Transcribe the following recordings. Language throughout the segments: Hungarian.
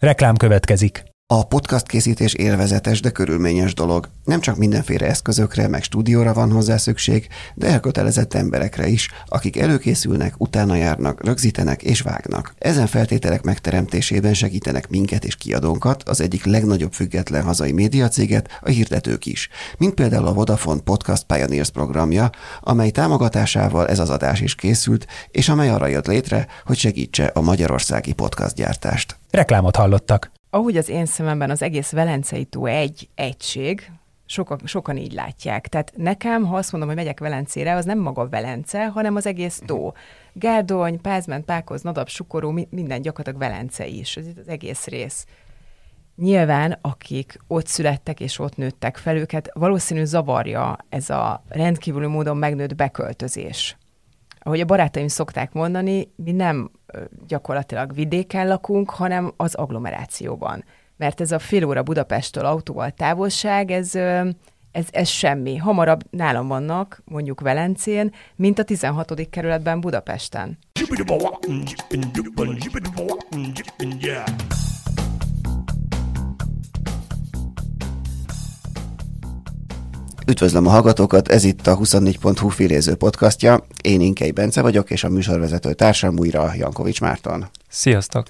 Reklám következik. A podcast készítés élvezetes, de körülményes dolog. Nem csak mindenféle eszközökre, meg stúdióra van hozzá szükség, de elkötelezett emberekre is, akik előkészülnek, utána járnak, rögzítenek és vágnak. Ezen feltételek megteremtésében segítenek minket és kiadónkat, az egyik legnagyobb független hazai médiacéget, a hirdetők is. Mint például a Vodafone Podcast Pioneers programja, amely támogatásával ez az adás is készült, és amely arra jött létre, hogy segítse a magyarországi podcastgyártást. Reklámot hallottak. Ahogy az én szememben az egész Velencei tó egy egység, sokan így látják. Tehát nekem, ha azt mondom, hogy megyek Velencére, az nem maga Velence, hanem az egész tó. Gárdony, Pázmány, Pákoz, Nadab, Sukorú, minden gyakorlatilag Velence is, az egész rész. Nyilván, akik ott születtek és ott nőttek fel, őket valószínű zavarja ez a rendkívüli módon megnőtt beköltözés. Ahogy a barátaim szokták mondani, mi nem gyakorlatilag vidéken lakunk, hanem az agglomerációban. Mert ez a fél óra Budapesttől autóval távolság, ez semmi. Hamarabb nálam vannak, mondjuk Velencén, mint a 16. kerületben Budapesten. Üdvözlöm a hallgatókat, ez itt a 24.hu filéző podcastja. Én Inkei Bence vagyok, és a műsorvezető társam újra Jankovics Márton. Sziasztok!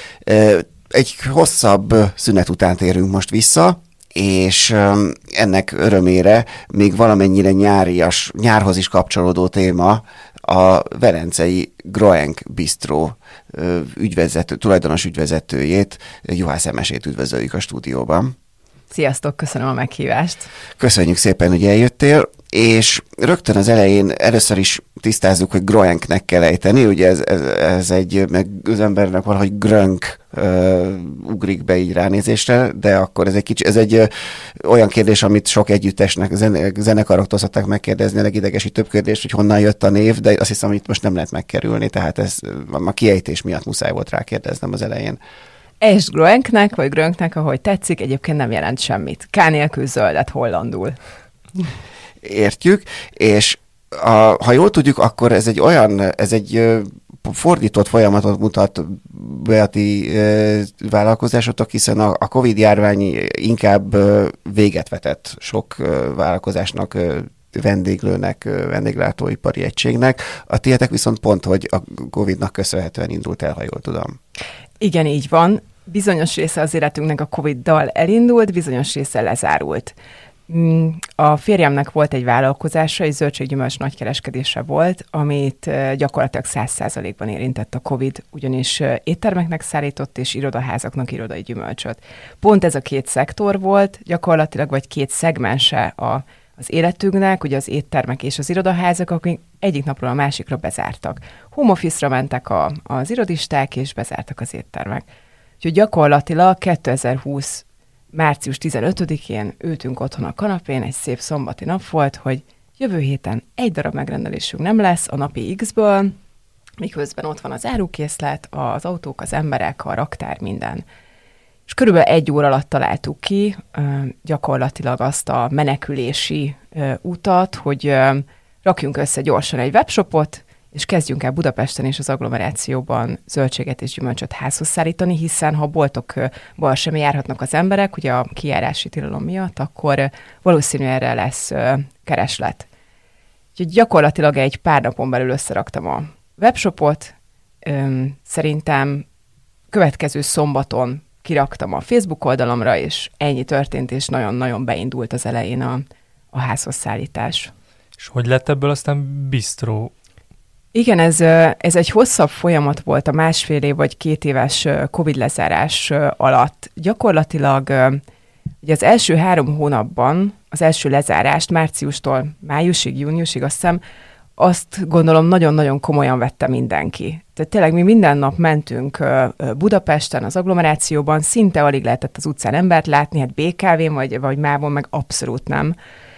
Egy hosszabb szünet után térünk most vissza, és ennek örömére még valamennyire nyárhoz is kapcsolódó téma a velencei Groenk Bistro tulajdonos ügyvezetőjét, Juhász Emesét üdvözöljük a stúdióban. Sziasztok, köszönöm a meghívást. Köszönjük szépen, hogy eljöttél, és rögtön az elején először is tisztázzuk, hogy Groenknek kell ejteni, ugye ez egy, meg az embernek valahogy Grönk ugrik be így ránézésre, de akkor ez egy olyan kérdés, amit sok együttesnek, zenekaroktól szokták megkérdezni, a legidegesítőbb kérdés, hogy honnan jött a név, de azt hiszem, hogy itt most nem lehet megkerülni, tehát ez a kiejtés miatt muszáj volt rákérdeznem az elején. És Groenknek, vagy Grönknek, ahogy tetszik, egyébként nem jelent semmit. K nélkül zöldet hollandul. Értjük, és ha jól tudjuk, akkor ez egy fordított folyamatot mutat be a ti vállalkozásotok, hiszen a Covid-járvány inkább véget vetett sok vállalkozásnak, vendéglőnek, vendéglátóipari egységnek. A tietek viszont pont, hogy a Covid-nak köszönhetően indult el, ha jól tudom. Igen, így van. Bizonyos része az életünknek a Covid-dal elindult, bizonyos része lezárult. A férjemnek volt egy vállalkozása, egy zöldséggyümölcs nagykereskedése volt, amit gyakorlatilag 100%-ban érintett a Covid, ugyanis éttermeknek szállított és irodaházaknak irodai gyümölcsöt. Pont ez a két szektor volt gyakorlatilag, vagy két szegmense az életünknek, ugye az éttermek és az irodaházak, akik egyik napról a másikra bezártak. Home office-ra mentek az irodisták, és bezártak az éttermek. Úgyhogy gyakorlatilag 2020 március 15-én ültünk otthon a kanapén, egy szép szombati nap volt, hogy jövő héten egy darab megrendelésünk nem lesz a napi X-ből, miközben ott van az árukészlet, az autók, az emberek, a raktár, minden. És körülbelül 1 óra alatt találtuk ki gyakorlatilag azt a menekülési utat, hogy rakjunk össze gyorsan egy webshopot, és kezdjünk el Budapesten és az agglomerációban zöldséget és gyümölcsöt házhoz szállítani, hiszen ha boltokból sem járhatnak az emberek, ugye a kijárási tilalom miatt, akkor valószínű erre lesz kereslet. Úgyhogy gyakorlatilag egy pár napon belül összeraktam a webshopot, szerintem következő szombaton kiraktam a Facebook oldalamra, és ennyi történt, és nagyon-nagyon beindult az elején a házhoz szállítás. És hogy lett ebből aztán bistró? Igen, ez egy hosszabb folyamat volt a 1,5 év vagy 2 éves Covid lezárás alatt. Gyakorlatilag ugye az első 3 hónapban, az első lezárást márciustól májusig, júniusig azt hiszem, azt gondolom nagyon-nagyon komolyan vette mindenki. Tehát tényleg mi minden nap mentünk Budapesten, az agglomerációban, szinte alig lehetett az utcán embert látni, hát BKV-n vagy mávon meg abszolút nem.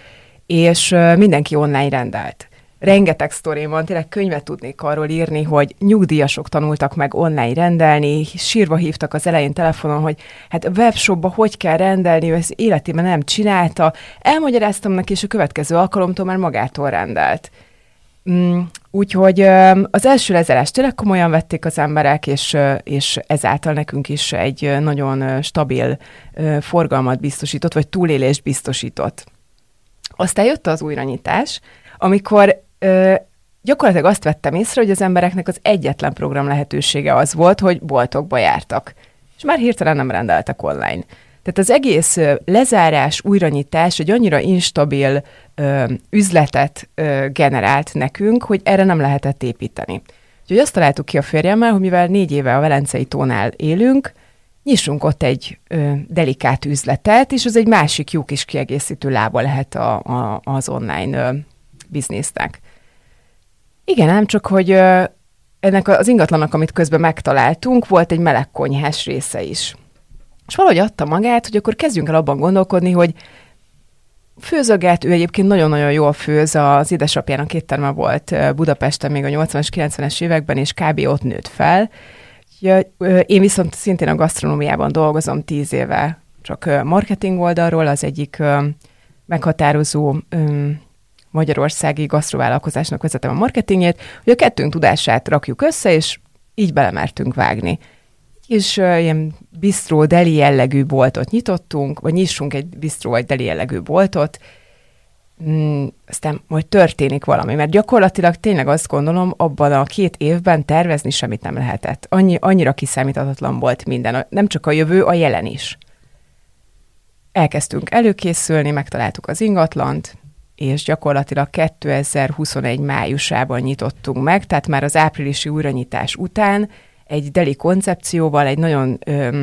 És mindenki online rendelt. Rengeteg sztorim van, tényleg könyvet tudnék arról írni, hogy nyugdíjasok tanultak meg online rendelni, sírva hívtak az elején telefonon, hogy hát a webshopba hogy kell rendelni, ő ezt életében nem csinálta. Elmagyaráztam neki, és a következő alkalomtól már magától rendelt. Úgyhogy az első lezárást tényleg komolyan vették az emberek, és ezáltal nekünk is egy nagyon stabil forgalmat biztosított, vagy túlélést biztosított. Aztán jött az újranyitás, amikor gyakorlatilag azt vettem észre, hogy az embereknek az egyetlen program lehetősége az volt, hogy boltokba jártak. És már hirtelen nem rendeltek online. Tehát az egész lezárás, újranyitás egy annyira instabil üzletet generált nekünk, hogy erre nem lehetett építeni. Úgyhogy azt találtuk ki a férjemmel, hogy mivel 4 éve a Velencei tónál élünk, nyissunk ott egy delikát üzletet, és az egy másik jó kis kiegészítő lába lehet az online biznisznek. Igen, ám csak, hogy ennek az ingatlannak, amit közben megtaláltunk, volt egy melegkonyhás része is. És valahogy adta magát, hogy akkor kezdjünk el abban gondolkodni, hogy főzöget, ő egyébként nagyon-nagyon jól főz, az édesapjának étterme volt Budapesten még a 80-as, 90-es években, és kb. Ott nőtt fel. Én viszont szintén a gasztronómiában dolgozom 10 éve, csak marketing oldalról, az egyik meghatározó magyarországi gasztrovállalkozásnak vezetem a marketingjét, hogy a kettőnk tudását rakjuk össze, és így belemertünk vágni. És ilyen bistró, deli jellegű boltot nyitottunk, vagy nyissunk egy bistró vagy deli jellegű boltot, aztán majd történik valami, mert gyakorlatilag tényleg azt gondolom, abban a 2 évben tervezni semmit nem lehetett. Annyira kiszámíthatatlan volt minden, nem csak a jövő, a jelen is. Elkezdtünk előkészülni, megtaláltuk az ingatlant, és gyakorlatilag 2021 májusában nyitottunk meg, tehát már az áprilisi újranyitás után egy deli koncepcióval, egy nagyon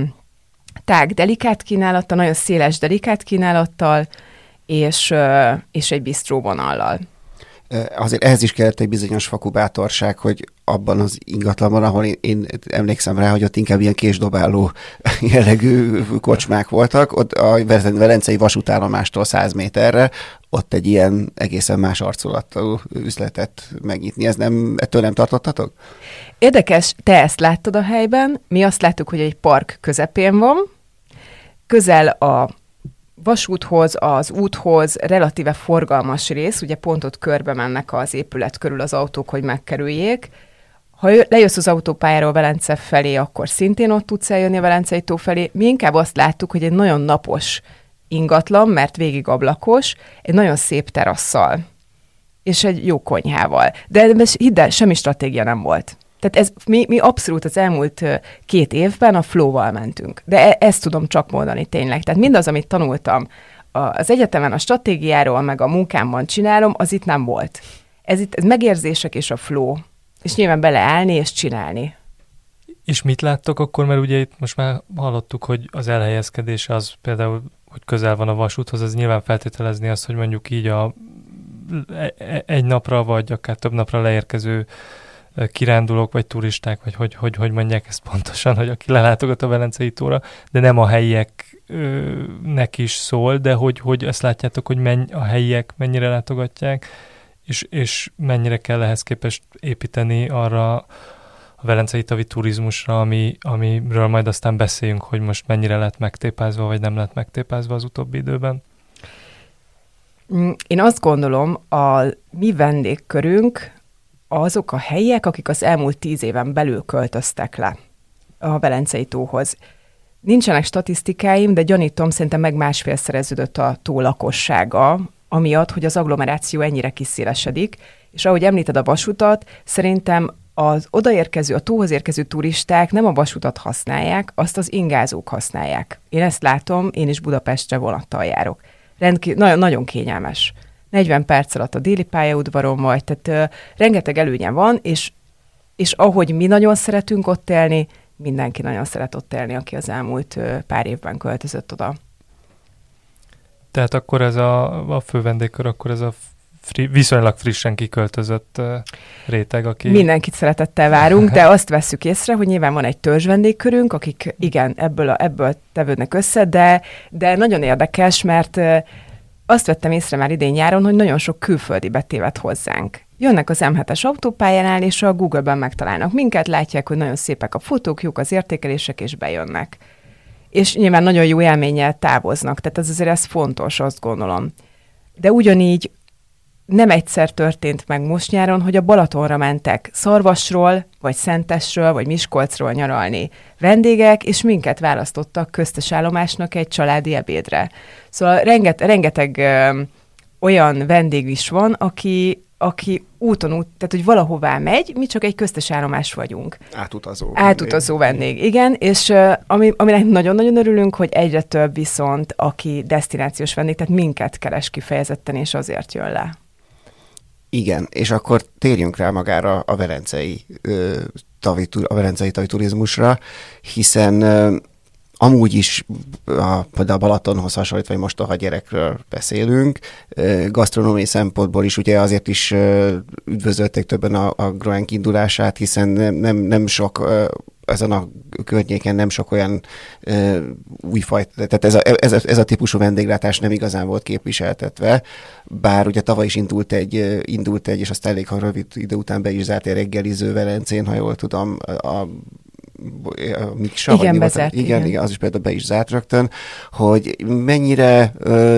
tág delikát kínálattal, nagyon széles delikát kínálattal, és egy bistró vonallal. Azért ehhez is kellett egy bizonyos fokú bátorság, hogy abban az ingatlanban, ahol én emlékszem rá, hogy ott inkább ilyen késdobáló jellegű kocsmák voltak, ott a Velencei vasútállomástól 100 méterre, ott egy ilyen egészen más arculatú üzletet megnyitni. Ettől nem tartottatok? Érdekes, te ezt láttad a helyben, mi azt láttuk, hogy egy park közepén van, közel a vasúthoz, az úthoz relatíve forgalmas rész, ugye pont ott körbe mennek az épület körül az autók, hogy megkerüljék. Ha lejössz az autópályáról Velence felé, akkor szintén ott tudsz eljönni a Velencei tó felé. Mi inkább azt láttuk, hogy egy nagyon napos ingatlan, mert végig ablakos, egy nagyon szép terasszal, és egy jó konyhával. De hidd el, semmi stratégia nem volt. Tehát mi abszolút az elmúlt 2 évben a flow-val mentünk. De ezt tudom csak mondani tényleg. Tehát mindaz, amit tanultam az egyetemen a stratégiáról, meg a munkámban csinálom, az itt nem volt. Ez megérzések és a flow. És nyilván beleállni és csinálni. És mit láttok akkor, mert ugye itt most már hallottuk, hogy az elhelyezkedés az például, hogy közel van a vasúthoz, az nyilván feltételezni azt, hogy mondjuk így egy napra, vagy akár több napra leérkező kirándulók, vagy turisták, vagy hogy mondják ezt pontosan, hogy aki lelátogat a Velencei tóra, de nem a helyieknek is szól, de hogy ezt látjátok, hogy a helyiek mennyire látogatják, és mennyire kell ehhez képest építeni arra a velencei tavi turizmusra, amiről majd aztán beszéljünk, hogy most mennyire lett megtépázva, vagy nem lett megtépázva az utóbbi időben. Én azt gondolom, a mi vendégkörünk azok a helyiek, akik az elmúlt 10 éven belül költöztek le a Velencei tóhoz. Nincsenek statisztikáim, de gyanítom, szerintem meg 1,5-szereződött a tó lakossága, amiatt, hogy az agglomeráció ennyire kiszélesedik, és ahogy említed a vasutat, szerintem az odaérkező, a tóhoz érkező turisták nem a vasutat használják, azt az ingázók használják. Én ezt látom, én is Budapestre vonattal járok. Nagyon kényelmes. 40 perc alatt a déli pályaudvaron vagy, tehát rengeteg előnye van, és ahogy mi nagyon szeretünk ott élni, mindenki nagyon szeret ott élni, aki az elmúlt pár évben költözött oda. Tehát akkor ez a fő vendégkör, akkor ez a viszonylag frissen kiköltözött réteg, aki... Mindenkit szeretettel várunk, de azt vesszük észre, hogy nyilván van egy törzs vendégkörünk, akik igen, ebből tevődnek össze, de nagyon érdekes, mert azt vettem észre már idén nyáron, hogy nagyon sok külföldi betévet hozzánk. Jönnek az M7-es autópályánál, és a Google-ben megtalálnak minket, látják, hogy nagyon szépek a fotók, jók az értékelések, és bejönnek. És nyilván nagyon jó élménnyel távoznak, tehát ez azért fontos, azt gondolom. De ugyanígy nem egyszer történt meg most nyáron, hogy a Balatonra mentek Szarvasról, vagy Szentesről, vagy Miskolcról nyaralni vendégek, és minket választottak köztes állomásnak egy családi ebédre. Szóval rengeteg olyan vendég is van, aki úton, tehát hogy valahová megy, mi csak egy köztes állomás vagyunk. Átutazó vendég, igen, és aminek nagyon-nagyon örülünk, hogy egyre több viszont, aki desztinációs vendég, tehát minket keres kifejezetten, és azért jön le. Igen, és akkor térjünk rá magára a velencei tavi turizmusra, hiszen amúgy is például a Balatonhoz hasonlítva, vagy most a gyerekről beszélünk, gasztronómiai szempontból is ugye azért is üdvözölték többen a Groenk indulását, hiszen nem sok ezen a környéken nem sok olyan újfajta, tehát ez a típusú vendéglátás nem igazán volt képviseltetve, bár ugye tavaly is indult egy, és aztán elég rövid idő után be is zárt egy reggeliző Velencén, ha jól tudom, a Miksa, igen, bezárt. Igen, az is például be is zárt rögtön, hogy mennyire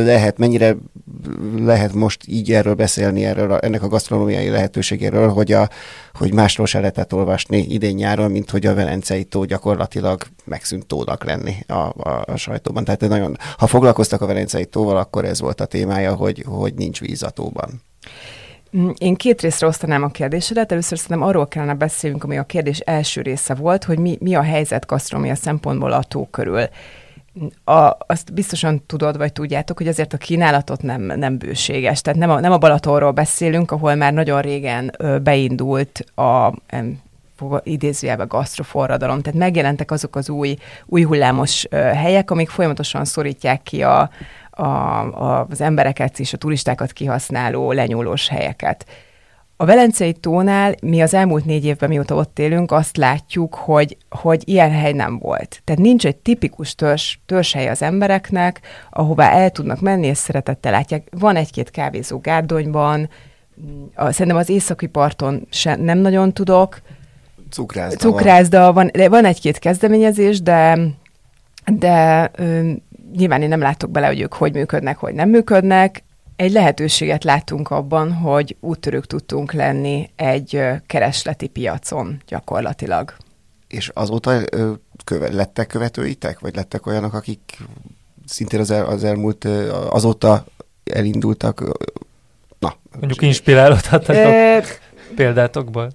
lehet most így erről beszélni, ennek a gasztronómiai lehetőségéről, hogy másról se lehetett olvasni idén-nyáron, mint hogy a Velencei tó gyakorlatilag megszűnt tónak lenni a sajtóban. Tehát nagyon, ha foglalkoztak a Velencei tóval, akkor ez volt a témája, hogy nincs víz a tóban. Én két részre osztanám a kérdésedet. Először szerintem arról kellene beszélnünk, ami a kérdés első része volt, hogy mi a helyzet gasztronómia szempontból a tó körül. Azt biztosan tudod, vagy tudjátok, hogy azért a kínálatot nem bőséges. Tehát nem a Balatonról beszélünk, ahol már nagyon régen beindult idézőjelben gasztroforradalom. Tehát megjelentek azok az új hullámos helyek, amik folyamatosan szorítják ki az embereket és a turistákat kihasználó lenyúlós helyeket. A Velencei tónál mi az elmúlt 4 évben, mióta ott élünk, azt látjuk, hogy ilyen hely nem volt. Tehát nincs egy tipikus törzshely az embereknek, ahová el tudnak menni, és szeretettel látják. Van egy-két kávézó Gárdonyban, szerintem az északi parton nem nagyon tudok. Cukrászda van egy-két kezdeményezés, de nyilván én nem látok bele, hogy működnek, hogy nem működnek. Egy lehetőséget láttunk abban, hogy úttörők tudtunk lenni egy keresleti piacon gyakorlatilag. És azóta lettek követőitek? Vagy lettek olyanok, akik szintén az elmúlt, azóta elindultak? Na, mondjuk inspirálódhatnak példátokból?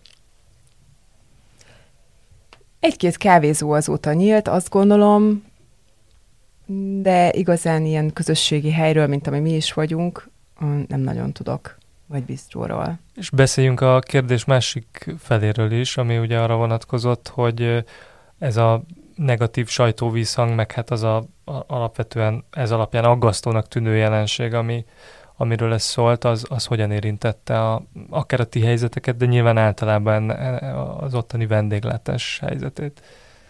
Egy-két kávézó azóta nyílt, azt gondolom, de igazán ilyen közösségi helyről, mint ami mi is vagyunk, nem nagyon tudok, vagy bistróról. És beszéljünk a kérdés másik feléről is, ami ugye arra vonatkozott, hogy ez a negatív sajtóvízhang, meg hát az alapvetően ez alapján aggasztónak tűnő jelenség, amiről ez szólt, az hogyan érintette akár a ti helyzeteket, de nyilván általában az ottani vendéglátás helyzetét.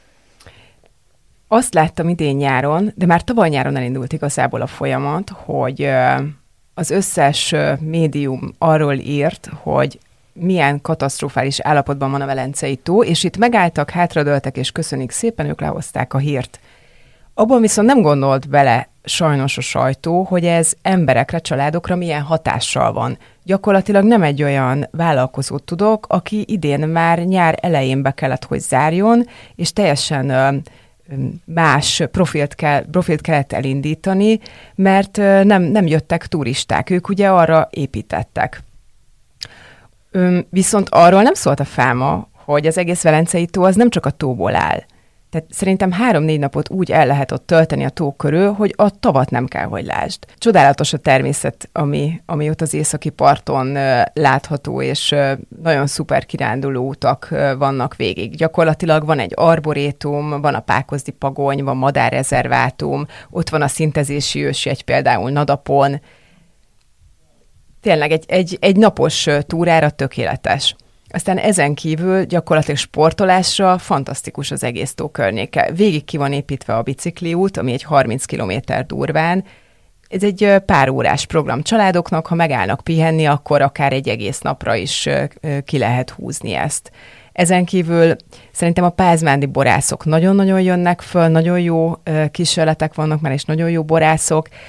Azt láttam idén nyáron, de már tavaly nyáron elindult igazából a folyamat, hogy az összes médium arról írt, hogy milyen katasztrofális állapotban van a Velencei tó, és itt megálltak, hátradőltek, és köszönik szépen, ők lehozták a hírt. Abban viszont nem gondolt bele sajnos a sajtó, hogy ez emberekre, családokra milyen hatással van. Gyakorlatilag nem egy olyan vállalkozót tudok, aki idén már nyár elején be kellett, hogy zárjon, és teljesen más profilt kellett elindítani, mert nem jöttek turisták, ők ugye arra építettek. Viszont arról nem szólt a fáma, hogy az egész Velencei tó az nem csak a tóból áll. Tehát szerintem 3-4 napot úgy el lehet ott tölteni a tó körül, hogy a tavat nem kell, hogy lásd. Csodálatos a természet, ami ott az északi parton látható, és nagyon szuper kiránduló utak vannak végig. Gyakorlatilag van egy arborétum, van a Pákozdi Pagony, van madárrezervátum, ott van a szintezési ősjegy például Nadapon. Tényleg egy napos túrára tökéletes. Aztán ezen kívül gyakorlatilag sportolásra fantasztikus az egész tó környéke. Végig ki van építve a bicikliút, ami egy 30 kilométer durván. Ez egy pár órás program családoknak, ha megállnak pihenni, akkor akár egy egész napra is ki lehet húzni ezt. Ezen kívül szerintem a pázmándi borászok nagyon-nagyon jönnek föl, nagyon jó kísérletek vannak már, és nagyon jó borászok.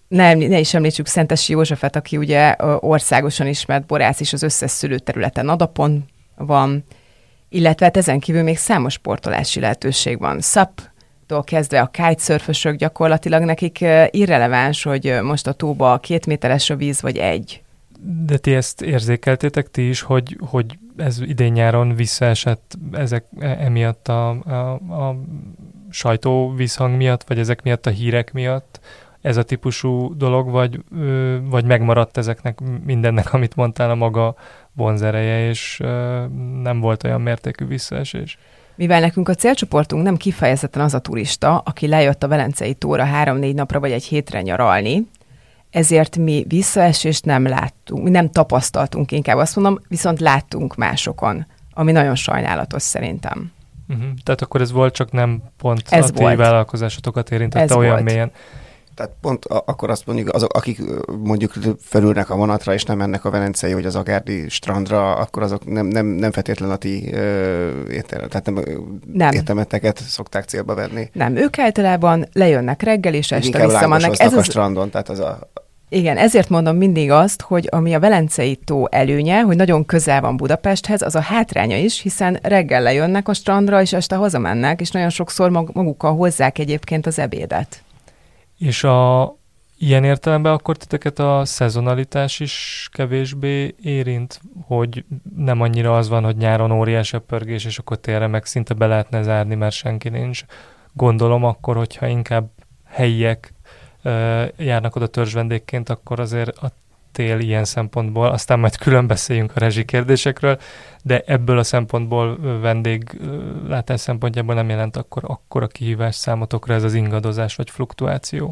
ne is említsük Szentesi Józsefet, aki ugye országosan ismert borász is, az összes szőlőterületen Adapon van, illetve hát ezen kívül még számos sportolási lehetőség van. SUP-tól kezdve a kitesurfösök gyakorlatilag nekik irreleváns, hogy most a tóba 2 méteres a víz, vagy 1. De ti ezt érzékeltétek ti is, hogy ez idén-nyáron visszaesett emiatt a sajtóvízhang miatt, vagy ezek miatt a hírek miatt ez a típusú dolog, vagy megmaradt ezeknek mindennek, amit mondtál, a maga vonzereje, és nem volt olyan mértékű visszaesés? Mivel nekünk a célcsoportunk nem kifejezetten az a turista, aki lejött a Velencei tóra 3-4 napra vagy egy hétre nyaralni, ezért mi visszaesést nem láttunk, mi nem tapasztaltunk, inkább azt mondom, viszont láttunk másokon, ami nagyon sajnálatos szerintem. Tehát akkor ez volt, csak nem pont ez a ti vállalkozásotokat érintette ez olyan mélyen. Tehát pont akkor azt mondjuk, azok, akik mondjuk felülnek a vonatra, és nem mennek a Velencei vagy az Agárdi strandra, akkor azok nem feltétlenül a ti értelmeteket szokták célba venni. Nem, ők általában lejönnek reggel, és este visszamennek. Ez a strandon, tehát az a... Igen, ezért mondom mindig azt, hogy ami a Velencei tó előnye, hogy nagyon közel van Budapesthez, az a hátránya is, hiszen reggel lejönnek a strandra, és este hazamennek, és nagyon sokszor magukkal hozzák egyébként az ebédet. És ilyen értelemben akkor titeket a szezonalitás is kevésbé érint, hogy nem annyira az van, hogy nyáron óriási a pörgés, és akkor télre meg szinte be lehetne zárni, mert senki nincs. Gondolom akkor, hogyha inkább helyiek járnak oda törzsvendégként, akkor azért a tél ilyen szempontból, aztán majd külön beszéljünk a rezsikérdésekről, de ebből a szempontból vendéglátás szempontjából nem jelent akkor a kihívás számotokra ez az ingadozás vagy fluktuáció?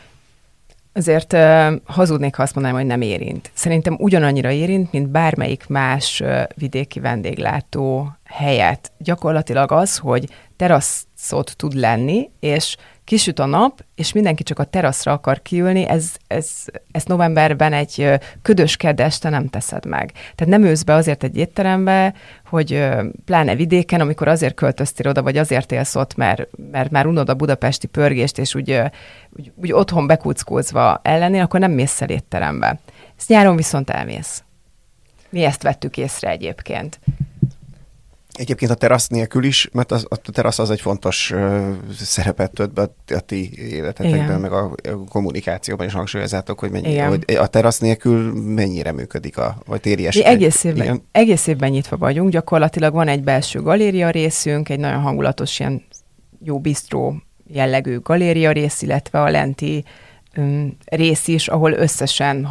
Azért hazudnék, ha azt mondanám, hogy nem érint. Szerintem ugyanannyira érint, mint bármelyik más vidéki vendéglátó helyet. Gyakorlatilag az, hogy teraszot tud lenni, és kisüt a nap, és mindenki csak a teraszra akar kiülni, ezt novemberben egy ködös kedd este nem teszed meg. Tehát nem ülsz be azért egy étterembe, hogy pláne vidéken, amikor azért költöztél oda, vagy azért élsz ott, mert már unod a budapesti pörgést, és úgy otthon bekuckózva ellennél, akkor nem mész el étterembe. Ezt nyáron viszont elmész. Mi ezt vettük észre egyébként. Egyébként a terasz nélkül is, mert a terasz az egy fontos szerepet tölt be a ti életetekben, igen, meg a kommunikációban is hangsúlyozzátok, hogy a terasz nélkül mennyire működik vagy téri esetleg. Mi egész évben nyitva vagyunk, gyakorlatilag van egy belső galéria részünk, egy nagyon hangulatos, ilyen jó bistró jellegű galéria rész, illetve a lenti rész is, ahol összesen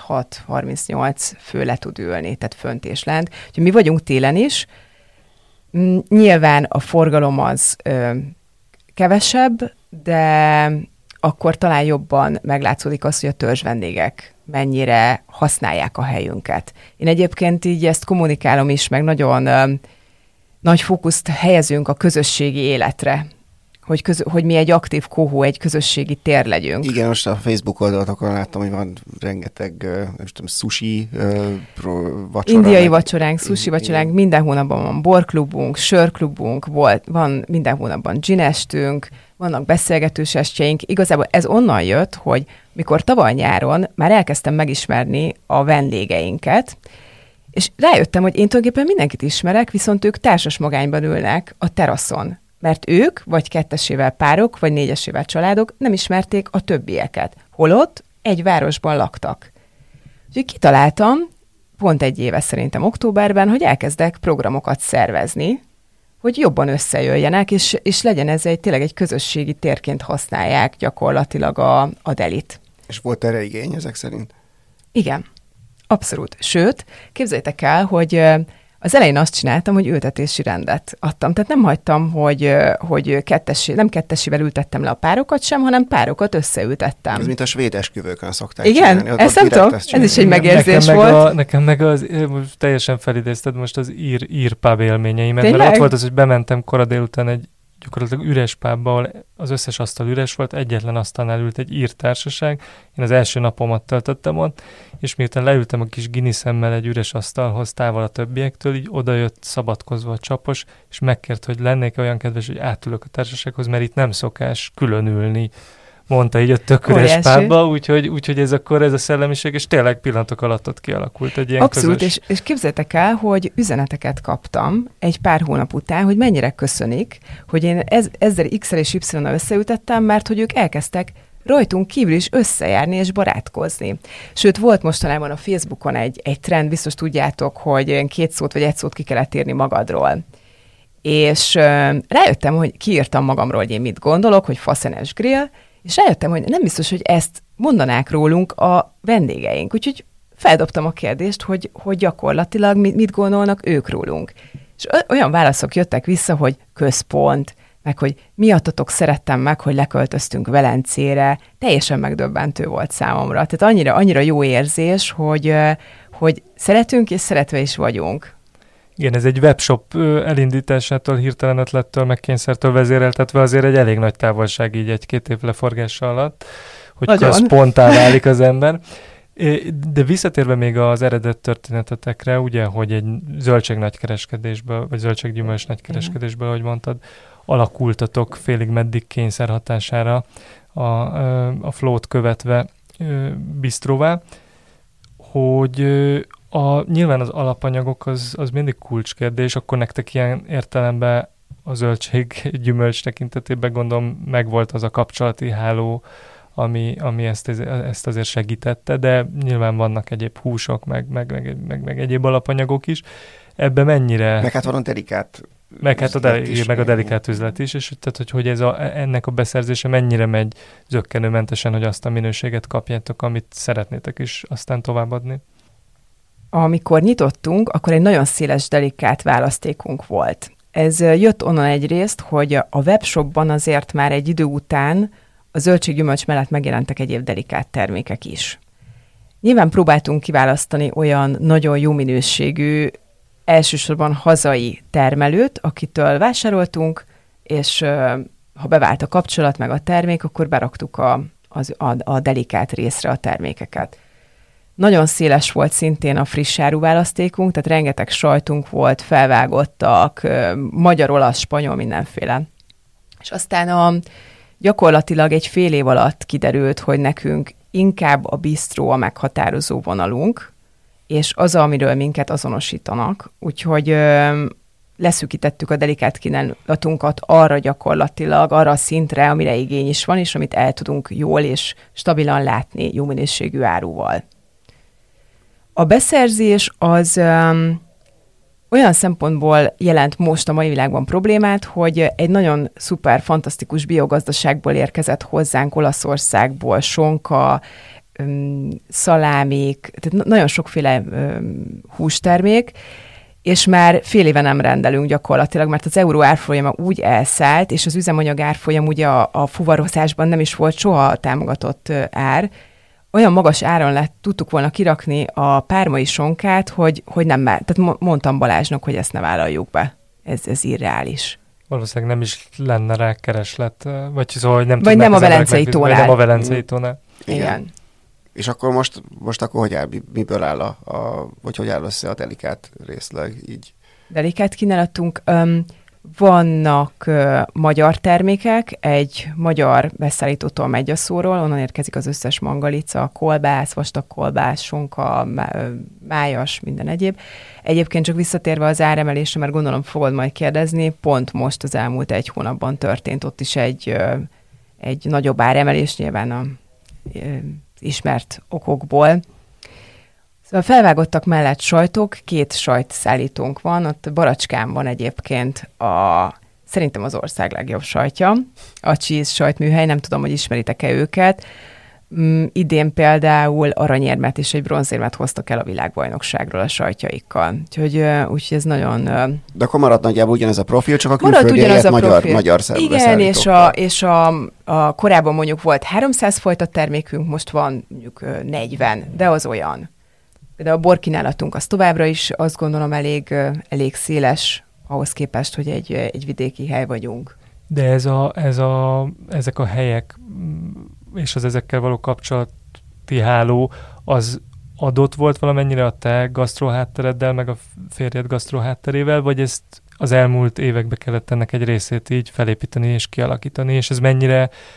36-38 fő le tud ülni, tehát fönt és lent. Úgyhogy mi vagyunk télen is. Nyilván a forgalom az kevesebb, de akkor talán jobban meglátszódik az, hogy a törzsvendégek mennyire használják a helyünket. Én egyébként így ezt kommunikálom is, meg nagyon nagy fókuszt helyezünk a közösségi életre, hogy mi egy aktív kohó, egy közösségi tér legyünk. Igen, most a Facebook oldalatokon láttam, hogy van rengeteg sushi vacsora. Indiai vacsoránk, sushi vacsoránk, minden hónapban van borklubunk, sörklubunk, van minden hónapban ginestünk, vannak beszélgetős estjeink. Igazából ez onnan jött, hogy mikor tavaly nyáron már elkezdtem megismerni a vendégeinket, és rájöttem, hogy én tulajdonképpen mindenkit ismerek, viszont ők társas magányban ülnek a teraszon. Mert ők, vagy kettesével párok, vagy négyesével családok nem ismerték a többieket. Holott egy városban laktak. Úgyhogy kitaláltam, pont egy éve szerintem októberben, hogy elkezdek programokat szervezni, hogy jobban összejöjjenek, és legyen ez tényleg egy közösségi térként használják gyakorlatilag a delit. És volt erre igény ezek szerint? Igen, abszolút. Sőt, képzeljétek el, hogy az elején azt csináltam, hogy ültetési rendet adtam. Tehát nem hagytam, hogy nem kettesével ültettem le a párokat sem, hanem párokat összeültettem. Ez mint a svéd esküvőkön szokták igen? csinálni. Ezt nem tudom, ez is egy megérzés volt. Nekem meg teljesen felidézted most az ír pub élményeimet, tényleg? Mert ott volt az, hogy bementem kora délután egy gyakorlatilag üres pubba, ahol az összes asztal üres volt, egyetlen asztalnál ült egy ír társaság. Én az első napomat töltöttem ott, és miután leültem a kis Guinnessemmel egy üres asztalhoz távol a többiektől, így odajött szabadkozva a csapos, és megkért, hogy lennék olyan kedves, hogy átülök a társasághoz, mert itt nem szokás külön ülni mondta így a tök üres Óriási. párba, úgyhogy ez akkor ez a szellemiség, és tényleg pillanatok alatt ott kialakult egy ilyen Abszolút, közös... és képzeljétek el, hogy üzeneteket kaptam egy pár hónap után, hogy mennyire köszönik, hogy én ezzel X-el és Y-nal összeütettem, mert hogy ők elkezdtek rajtunk kívül is összejárni és barátkozni. Sőt, volt mostanában a Facebookon egy trend, biztos tudjátok, hogy 2 szót vagy 1 szót ki kellett írni magadról. És rájöttem, hogy kiírtam magamról, hogy én mit gondolok, hogy faszenes grill, és rájöttem, hogy nem biztos, hogy ezt mondanák rólunk a vendégeink. Úgyhogy feldobtam a kérdést, hogy gyakorlatilag mit gondolnak ők rólunk. És olyan válaszok jöttek vissza, hogy központ, meg hogy miattatok szerettem meg, hogy leköltöztünk Velencére. Teljesen megdöbbentő volt számomra. Tehát annyira jó érzés, hogy szeretünk és szeretve is vagyunk. Igen, ez egy webshop elindításától, hirtelen ötlettől, meg kényszertől vezéreltetve azért egy elég nagy távolság így 1-2 év leforgása alatt, hogy központtá válik az ember. De visszatérve még az eredet történetetekre, ugye, hogy egy zöldségnagykereskedésből, vagy zöldséggyümölcs nagykereskedésből, ahogy mondtad, alakultatok félig meddig kényszer hatására a flót követve bistróvá, hogy nyilván az alapanyagok az mindig kulcskérdés, akkor nektek ilyen értelemben a zöldség-gyümölcs tekintetében gondolom megvolt az a kapcsolati háló, ami ezt azért segítette, de nyilván vannak egyéb húsok, meg egyéb alapanyagok is. Ebben mennyire... Meg hát van a delikát meg a delikát üzlet is, és tehát, hogy ennek a beszerzése mennyire megy zökkenőmentesen, hogy azt a minőséget kapjátok, amit szeretnétek is aztán továbbadni? Amikor nyitottunk, akkor egy nagyon széles delikát választékunk volt. Ez jött onnan egyrészt, hogy a webshopban azért már egy idő után a zöldséggyümölcs mellett megjelentek egyéb delikát termékek is. Nyilván próbáltunk kiválasztani olyan nagyon jó minőségű, elsősorban hazai termelőt, akitől vásároltunk, és ha bevált a kapcsolat meg a termék, akkor beraktuk a delikát részre a termékeket. Nagyon széles volt szintén a friss áru választékunk, tehát rengeteg sajtunk volt, felvágottak, magyar, olasz, spanyol, mindenféle. És aztán gyakorlatilag egy fél év alatt kiderült, hogy nekünk inkább a bistró a meghatározó vonalunk, és az, amiről minket azonosítanak. Úgyhogy leszűkítettük a delikát kínálatunkat arra a szintre, amire igény is van, és amit el tudunk jól és stabilan látni jó minőségű áruval. A beszerzés az olyan szempontból jelent most a mai világban problémát, hogy egy nagyon szuper, fantasztikus biogazdaságból érkezett hozzánk Olaszországból sonka, szalámik, tehát nagyon sokféle hústermék, és már fél éve nem rendelünk gyakorlatilag, mert az euró árfolyama úgy elszállt, és az üzemanyag árfolyam ugye a fuvarozásban nem is volt soha támogatott ár. Olyan magas áron tudtuk volna kirakni a pármai sonkát, hogy nem már. Tehát mondtam Balázsnak, hogy ezt ne vállaljuk be. Ez irreális. Valószínűleg nem is lenne rá kereslet, vagy szóval, hogy nem vagy nem a Velencei tónál. Vagy nem a Velencei tónál. Igen. És akkor most akkor hogy áll, miből áll vagy hogy áll össze a delikát részleg így? Delikát kínálatunk. Vannak magyar termékek, egy magyar beszállítótól Megyaszóról, onnan érkezik az összes mangalica, kolbász, vastag kolbász, sonka, májas, minden egyéb. Egyébként csak visszatérve az áremelésre, mert gondolom fogod majd kérdezni, pont most az elmúlt 1 hónapban történt ott is egy nagyobb áremelés, nyilván a ismert okokból. Szóval felvágottak mellett sajtok, 2 sajtszállítónk van, ott Baracskán van egyébként szerintem az ország legjobb sajtja, a Cheese sajtműhely, nem tudom, hogy ismeritek-e őket. Idén például aranyérmet és egy bronzérmet hoztak el a világbajnokságról a sajtjaikkal. Úgyhogy ez nagyon... De akkor maradt nagyjából ugyanez a profil, csak a külföldi helyett magyar igen, és a korábban mondjuk volt 300 fajta termékünk, most van mondjuk 40, de az olyan. De a borkínálatunk az továbbra is azt gondolom elég széles ahhoz képest, hogy egy vidéki hely vagyunk. De ezek a helyek és az ezekkel való kapcsolati háló, az adott volt valamennyire a te gasztroháttereddel, meg a férjed gasztrohátterével, vagy ezt az elmúlt években kellett ennek egy részét így felépíteni és kialakítani, és ez mennyire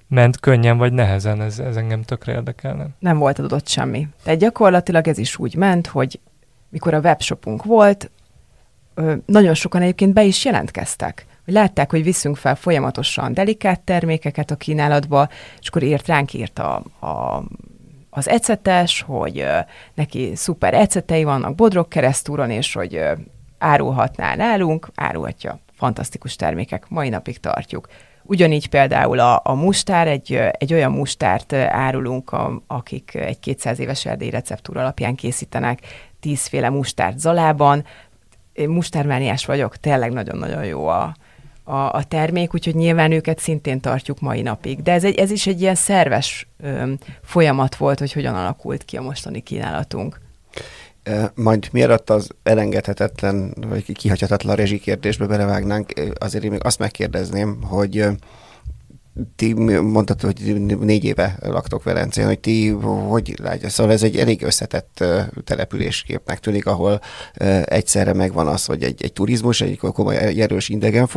ment könnyen vagy nehezen, ez engem tökre érdekelne. Nem volt adott semmi. Tehát gyakorlatilag ez is úgy ment, hogy mikor a webshopunk volt, nagyon sokan egyébként be is jelentkeztek. Hogy látták, hogy viszünk fel folyamatosan delikát termékeket a kínálatba, és akkor ránk írt az ecetes, hogy neki szuper ecetei vannak Bodrog Keresztúron, és hogy árulhatná nálunk, árulhatja. Fantasztikus termékek, mai napig tartjuk. Ugyanígy például a mustár, egy olyan mustárt árulunk, akik egy 200 éves erdélyi receptúra alapján készítenek 10 féle mustárt Zalában. Én mustármániás vagyok, tényleg nagyon-nagyon jó a termék, úgyhogy nyilván őket szintén tartjuk mai napig. De ez is egy ilyen szerves folyamat volt, hogy hogyan alakult ki a mostani kínálatunk. Majd mielőtt az elengedhetetlen, vagy kihagyhatatlan rezsikérdésbe belevágnánk, azért én még azt megkérdezném, hogy ti mondtad, hogy 4 éve laktok Velencén, hogy ti hogy látja? Szóval ez egy elég összetett településképnek tűnik, ahol egyszerre megvan az, hogy egy turizmus, egy komoly erős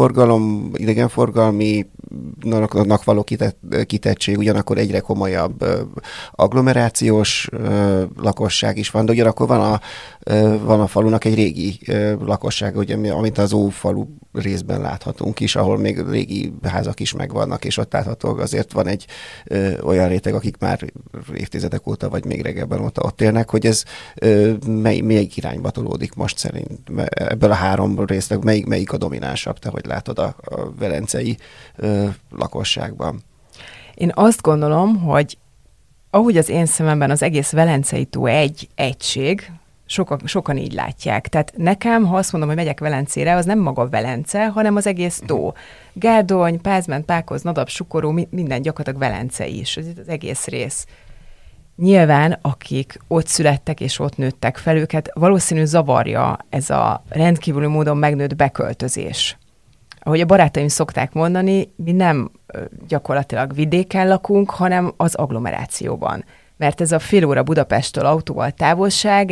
idegenforgalminak való kitettség, ugyanakkor egyre komolyabb agglomerációs lakosság is van, de ugyanakkor van a falunak egy régi lakosság, ugye, amit az Ófalu részben láthatunk is, ahol még régi házak is megvannak, és ott láthatók azért van egy olyan réteg, akik már évtizedek óta, vagy még régebben óta ott élnek, hogy ez melyik irányba tolódik most szerint? Ebből a 3 részleg melyik a dominánsabb, te hogy látod a velencei lakosságban? Én azt gondolom, hogy ahogy az én szememben az egész Velencei tó egy egység, sokan így látják. Tehát nekem, ha azt mondom, hogy megyek Velencére, az nem maga Velence, hanem az egész tó. Gárdony, Pázmánd, Pákoz, Nadab, Sukoró, minden gyakorlatilag Velence is, az egész rész. Nyilván, akik ott születtek és ott nőttek fel, őket valószínű zavarja ez a rendkívüli módon megnőtt beköltözés. Ahogy a barátaim szokták mondani, mi nem gyakorlatilag vidéken lakunk, hanem az agglomerációban. Mert ez a fél óra Budapesttől autóval távolság,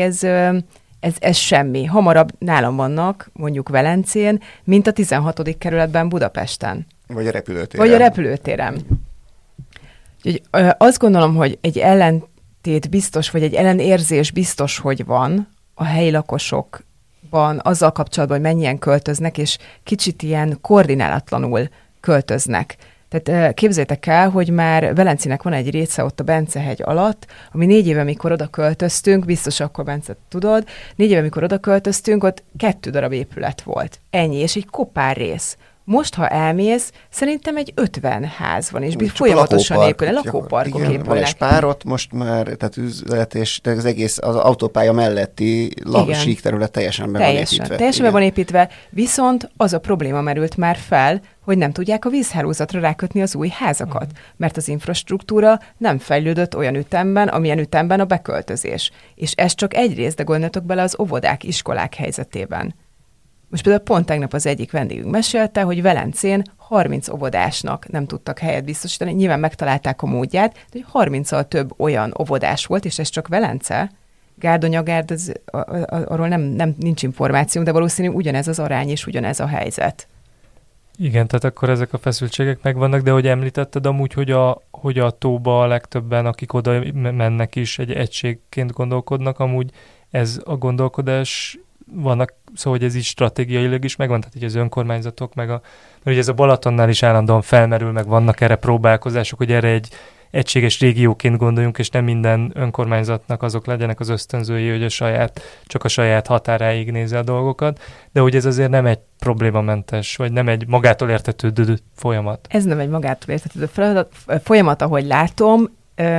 ez semmi. Hamarabb nálam vannak, mondjuk Velencén, mint a 16. kerületben Budapesten. Vagy a repülőtéren. Úgyhogy azt gondolom, hogy egy ellentét biztos, vagy egy ellenérzés biztos, hogy van a helyi lakosokban azzal kapcsolatban, hogy mennyien költöznek, és kicsit ilyen koordinálatlanul költöznek. Tehát képzeljétek el, hogy már Velencének van egy része ott a Bencehegy alatt, ami 4 éve, mikor oda költöztünk, biztos akkor, Bence, tudod, 4 éve, mikor oda költöztünk, ott 2 darab épület volt. Ennyi, és egy kopár rész. Most, ha elmész, szerintem egy 50 ház van, és folyamatosan épül, lakóparkok épülnek. Van egy Spárot most már, tehát üzlet, és az egész az autópálya melletti sík terület teljesen be van építve. Teljesen be van építve, viszont az a probléma merült már fel, hogy nem tudják a vízhálózatra rákötni az új házakat, mert az infrastruktúra nem fejlődött olyan ütemben, amilyen ütemben a beköltözés. És ez csak egy rész, de gondoljatok bele az óvodák, iskolák helyzetében. Most például pont tegnap az egyik vendégünk mesélte, hogy Velencén 30 óvodásnak nem tudtak helyet biztosítani, nyilván megtalálták a módját, de 30-al több olyan óvodás volt, és ez csak Velence. Gárdonyagárd, arról nincs információnk, de valószínű ugyanez az arány és ugyanez a helyzet. Igen, tehát akkor ezek a feszültségek megvannak, de hogy említetted amúgy, hogy a tóba a legtöbben, akik oda mennek is egy egységként gondolkodnak, amúgy ez a gondolkodás vannak, szóval hogy ez így stratégiailag is megvan, tehát így az önkormányzatok, mert ugye ez a Balatonnál is állandóan felmerül, meg vannak erre próbálkozások, hogy erre egy egységes régióként gondoljunk, és nem minden önkormányzatnak azok legyenek az ösztönzői, hogy csak a saját határáig nézze a dolgokat, de hogy ez azért nem egy problémamentes, vagy nem egy magától értetődő folyamat. Ez nem egy magától értetődő folyamat, ahogy látom.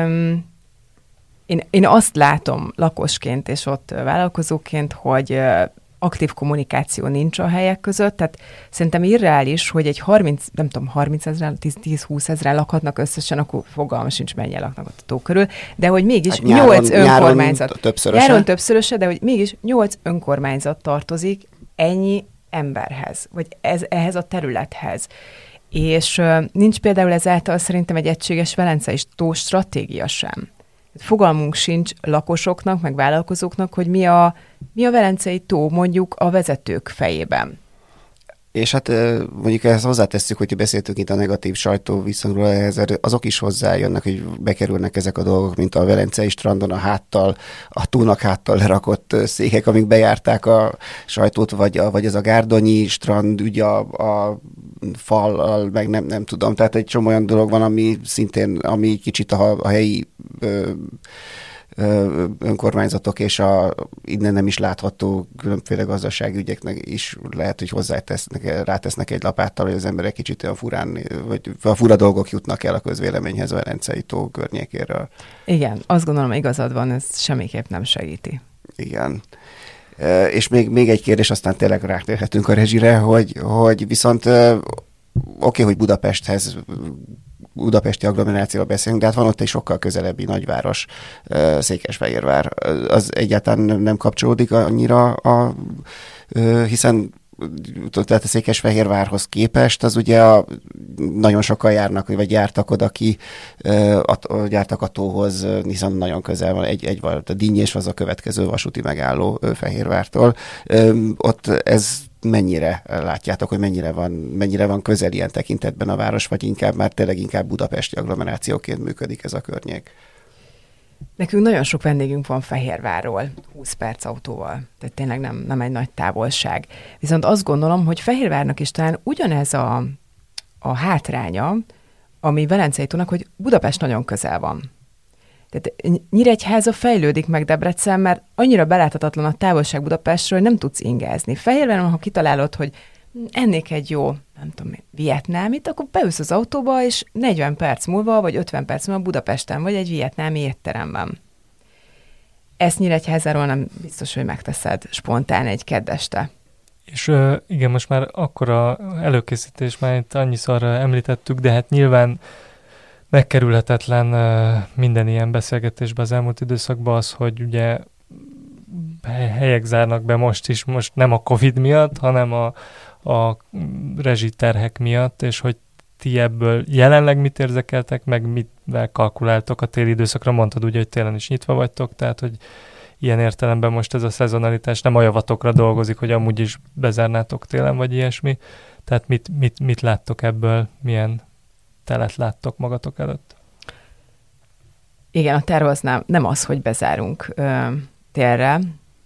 Én azt látom lakosként és ott vállalkozóként, hogy aktív kommunikáció nincs a helyek között, tehát szerintem irreális, hogy egy 30 ezeren, 10-20 ezeren lakhatnak összesen, akkor fogalma sincs, mennyien laknak ott a tó körül, de hogy mégis hát nyáron, 8 önkormányzat. Nyáron többszöröse, de hogy mégis 8 önkormányzat tartozik ennyi emberhez, vagy ehhez a területhez. És nincs például ezáltal szerintem egy egységes velencei tó stratégia sem. Fogalmunk sincs lakosoknak, meg vállalkozóknak, hogy mi a Velencei tó mondjuk a vezetők fejében. És hát mondjuk ezt hozzátesszük, hogy beszéltünk itt a negatív sajtóviszonyról, ehhez azok is hozzájönnek, hogy bekerülnek ezek a dolgok, mint a Velencei strandon a túlnak háttal lerakott székek, amik bejárták a sajtót, vagy az a Gárdonyi strand, ugye a fallal, meg nem tudom. Tehát egy csomó olyan dolog van, ami kicsit a helyi önkormányzatok és innen nem is látható különféle gazdasági ügyeknek is lehet, hogy rátesznek egy lapáttal, hogy az emberek kicsit olyan furán, vagy fura dolgok jutnak el a közvéleményhez a Velencei tó környékéről. Igen, azt gondolom, igazad van, ez semmiképp nem segíti. Igen. És még egy kérdés, aztán tényleg rátérhetünk a rezsire, hogy viszont oké, hogy budapesti agglomerációval beszélünk, de hát van ott egy sokkal közelebbi nagyváros, Székesfehérvár. Az egyáltalán nem kapcsolódik annyira, hiszen tehát a Székesfehérvárhoz képest az ugye nagyon sokan járnak, vagy jártak oda ki, jártak a tóhoz, hiszen nagyon közel van, a Dinnyés az a következő vasúti megálló Fehérvártól. Ott ez mennyire látjátok, hogy mennyire van közel ilyen tekintetben a város, vagy inkább budapesti agglomerációként működik ez a környék? Nekünk nagyon sok vendégünk van Fehérvárról, 20 perc autóval, tehát tényleg nem egy nagy távolság. Viszont azt gondolom, hogy Fehérvárnak is talán ugyanez a hátránya, ami Velencei tónak, hogy Budapest nagyon közel van. Tehát Nyíregyháza fejlődik meg Debrecen, mert annyira beláthatatlan a távolság Budapestről, hogy nem tudsz ingázni. Fehérváron, ha kitalálod, hogy ennék egy jó, nem tudom, vietnámit, akkor beülsz az autóba, és 40 perc múlva, vagy 50 perc múlva Budapesten, vagy egy vietnámi étteremben. Ezt Nyíregyházáról nem biztos, hogy megteszed spontán egy kedd este. És igen, most már akkora előkészítés, már itt annyiszor említettük, de hát nyilván megkerülhetetlen minden ilyen beszélgetésben az elmúlt időszakban az, hogy ugye helyek zárnak be most nem a Covid miatt, hanem a rezsiterhek miatt, és hogy ti ebből jelenleg mit érzékeltek, meg mitvel kalkuláltok a téli időszakra, mondtad ugye, hogy télen is nyitva vagytok, tehát hogy ilyen értelemben most ez a szezonalitás nem a javatokra dolgozik, hogy amúgy is bezárnátok télen, vagy ilyesmi, tehát mit láttok ebből, milyen telet láttok magatok előtt? Igen, a terv az nem az, hogy bezárunk télre.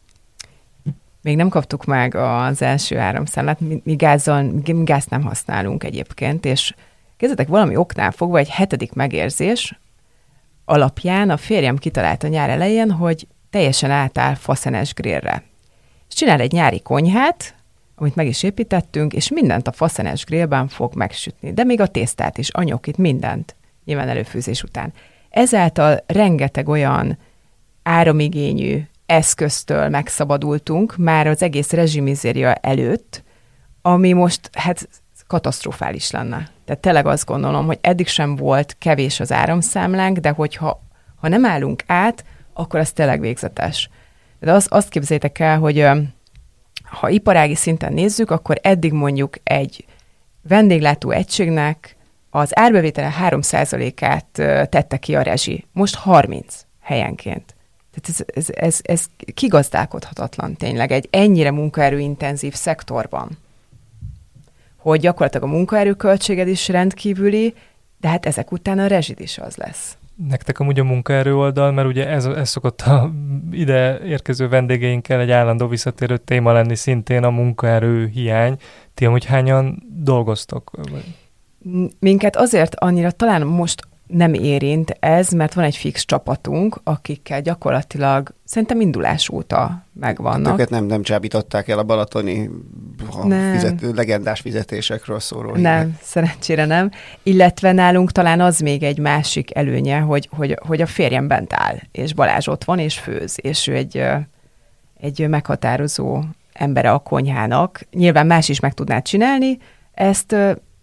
Még nem kaptuk meg az első áramszámlát, mi gázt nem használunk egyébként, és kezdetek valami oknál fogva egy 7. megérzés alapján a férjem kitalálta nyár elején, hogy teljesen átáll faszenes grillre. És csinál egy nyári konyhát, amit meg is építettünk, és mindent a faszenes grillben fog megsütni, de még a tésztát is, a nyokit, mindent, nyilván előfőzés után. Ezáltal rengeteg olyan áramigényű eszköztől megszabadultunk már az egész rezsimizéria előtt, ami most katasztrofális lenne. Tehát tényleg azt gondolom, hogy eddig sem volt kevés az áramszámlánk, de hogyha nem állunk át, akkor az tényleg végzetes. De azt képzeljétek el, hogy ha iparági szinten nézzük, akkor eddig mondjuk egy vendéglátó egységnek az árbevétele 3%-át tette ki a rezsi. Most 30 helyenként. Tehát ez kigazdálkodhatatlan tényleg egy ennyire munkaerőintenzív szektorban. Hogy gyakorlatilag a munkaerőköltséged is rendkívüli, de hát ezek után a rezsid is az lesz. Nektek amúgy a munkaerő oldal, mert ugye ez szokott a ide érkező vendégeinkkel egy állandó visszatérő téma lenni szintén a munkaerő hiány. Ti amúgy hányan dolgoztok? Minket azért annyira talán most nem érint ez, mert van egy fix csapatunk, akikkel gyakorlatilag szerintem indulás óta megvannak. Őket nem csábították el a balatoni legendás fizetésekről szóló. Nem, szerencsére nem. Illetve nálunk talán az még egy másik előnye, hogy a férjem bent áll, és Balázs ott van, és főz, és ő egy meghatározó embere a konyhának. Nyilván más is meg tudná csinálni ezt,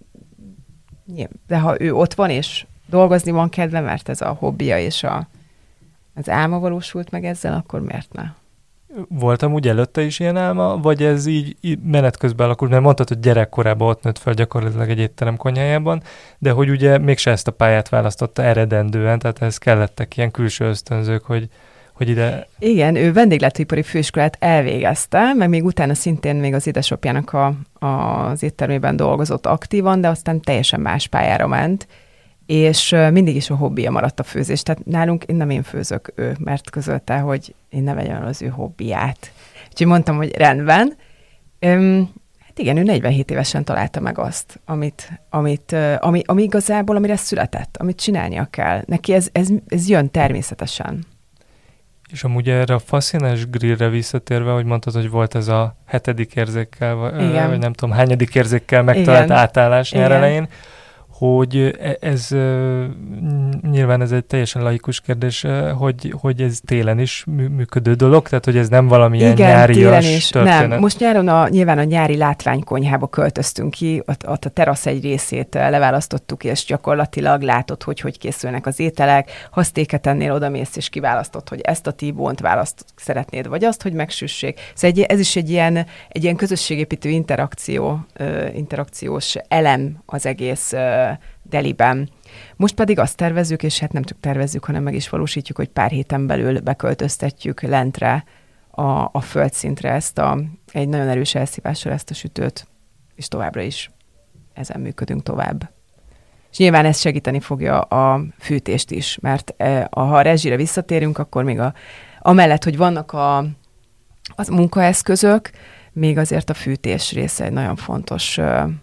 de ha ő ott van, és dolgozni van kedve, mert ez a hobbija és az álma valósult meg ezzel, akkor miért ne? Voltam úgy előtte is ilyen álma, vagy ez így menet közben alakult, mert mondtad, hogy gyerekkorában ott nőtt fel gyakorlatilag egy étterem konyhájában, de hogy ugye mégse ezt a pályát választotta eredendően, tehát ehhez kellettek ilyen külső ösztönzők, hogy hogy ide... Igen, ő vendéglátóipari főiskolát elvégezte, meg még utána szintén még az édesapjának az éttermében dolgozott aktívan, de aztán teljesen más pályára ment, és mindig is a hobbija maradt a főzés. Tehát nálunk nem én főzök, ő, mert közölte, hogy én ne vegyem el az ő hobbiját. Úgyhogy mondtam, hogy rendben. Hát igen, ő 47 évesen találta meg azt, ami igazából, amire született, amit csinálnia kell. Neki ez jön természetesen. És amúgy erre a faszinás grillre visszatérve, hogy mondtad, hogy volt ez a 7. érzékkel, vagy nem tudom, hányadik érzékkel megtalált átállás nyár elején, hogy ez nyilván ez egy teljesen laikus kérdés, hogy ez télen is működő dolog, tehát hogy ez nem valamilyen nyárias történet. Nem, most nyáron nyilván a nyári látványkonyhába költöztünk ki, ott a terasz egy részét leválasztottuk, és gyakorlatilag látod, hogy készülnek az ételek, ha sztéket ennél odamész, és kiválasztod, hogy ezt a T-bone-t szeretnéd, vagy azt, hogy megsüssék. Szóval ez is egy ilyen közösségépítő interakciós elem az egész deliben. Most pedig azt tervezzük, és hát nem csak tervezzük, hanem meg is valósítjuk, hogy pár héten belül beköltöztetjük lentre a földszintre egy nagyon erős elszívással ezt a sütőt, és továbbra is ezen működünk tovább. És nyilván ez segíteni fogja a fűtést is, mert ha a rezsire visszatérünk, akkor még amellett, hogy vannak a munkaeszközök, még azért a fűtés része egy nagyon fontos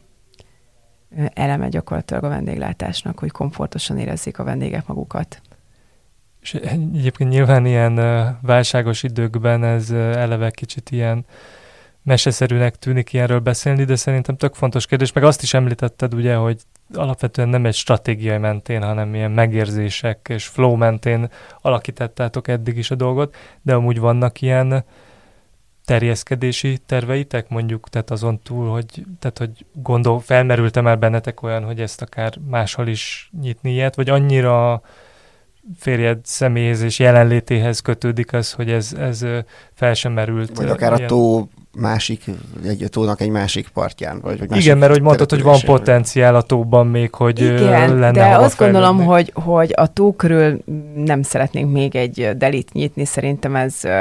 eleme gyakorlatilag a vendéglátásnak, hogy komfortosan érezzék a vendégek magukat. És egyébként nyilván ilyen válságos időkben ez eleve kicsit ilyen meseszerűnek tűnik ilyenről beszélni, de szerintem tök fontos kérdés, meg azt is említetted ugye, hogy alapvetően nem egy stratégiai mentén, hanem ilyen megérzések és flow mentén alakítottátok eddig is a dolgot, de amúgy vannak ilyen terjeszkedési terveitek, mondjuk, tehát azon túl, hogy felmerült-e már bennetek olyan, hogy ezt akár máshol is nyitni ilyet, vagy annyira férjed személyhez és jelenlétéhez kötődik az, hogy ez fel sem merült. Vagy akár a tó egy tónak egy másik partján. Vagy igen, mert hogy mondtad, hogy van potenciál a tóban még, hogy igen, lenne de azt gondolom, hogy a tó körül nem szeretnénk még egy delit nyitni, szerintem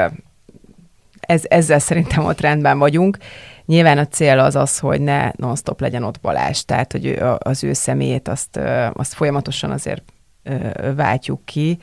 ezzel szerintem ott rendben vagyunk. Nyilván a cél az, hogy ne non-stop legyen ott Balázs, tehát hogy az ő személyét azt folyamatosan azért váltjuk ki.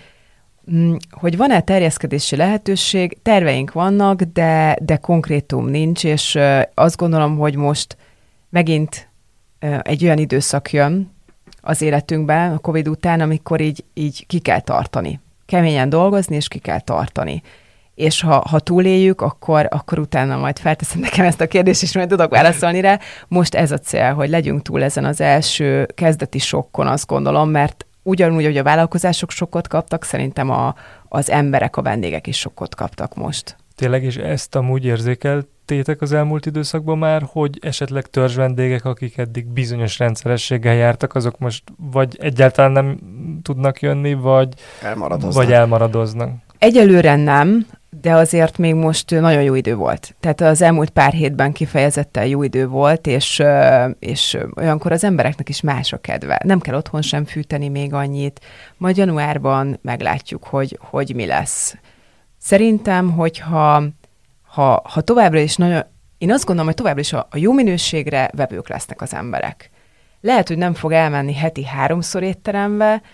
Hogy van-e terjeszkedési lehetőség? Terveink vannak, de konkrétum nincs, és azt gondolom, hogy most megint egy olyan időszak jön az életünkben, a Covid után, amikor így ki kell tartani. Keményen dolgozni, és ki kell tartani. És ha túléljük, akkor utána majd felteszem nekem ezt a kérdést, és majd tudok válaszolni rá. Most ez a cél, hogy legyünk túl ezen az első kezdeti sokkon, azt gondolom, mert ugyanúgy, hogy a vállalkozások sokkot kaptak, szerintem az emberek, a vendégek is sokkot kaptak most. Tényleg, és ezt amúgy érzékeltétek az elmúlt időszakban már, hogy esetleg törzsvendégek, akik eddig bizonyos rendszerességgel jártak, azok most vagy egyáltalán nem tudnak jönni, vagy elmaradoznak? Egyelőre nem, de azért még most nagyon jó idő volt. Tehát az elmúlt pár hétben kifejezetten jó idő volt, és olyankor az embereknek is más a kedve. Nem kell otthon sem fűteni még annyit. Majd januárban meglátjuk, hogy mi lesz. Szerintem, hogyha továbbra is én azt gondolom, hogy továbbra is a jó minőségre vevők lesznek az emberek. Lehet, hogy nem fog elmenni heti 3-szor étterembe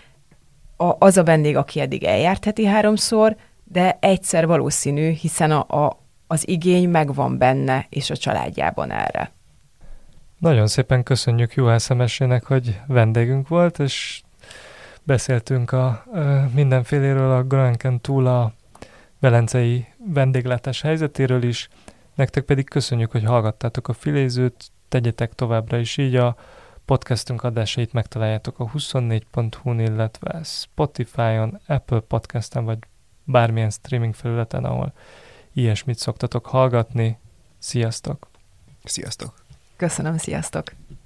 az a vendég, aki eddig eljárt heti 3-szor, de egyszer valószínű, hiszen az igény megvan benne, és a családjában erre. Nagyon szépen köszönjük Juhász Emesének, hogy vendégünk volt, és beszéltünk a mindenféléről, a Granken túl a velencei vendéglátás helyzetéről is. Nektek pedig köszönjük, hogy hallgattátok a Filézőt, tegyetek továbbra is így. A podcastünk adásait megtaláljátok a 24.hu-n, illetve Spotify-on, Apple Podcast-en, vagy bármilyen streaming felületen, ahol ilyesmit szoktatok hallgatni. Sziasztok! Sziasztok! Köszönöm, sziasztok!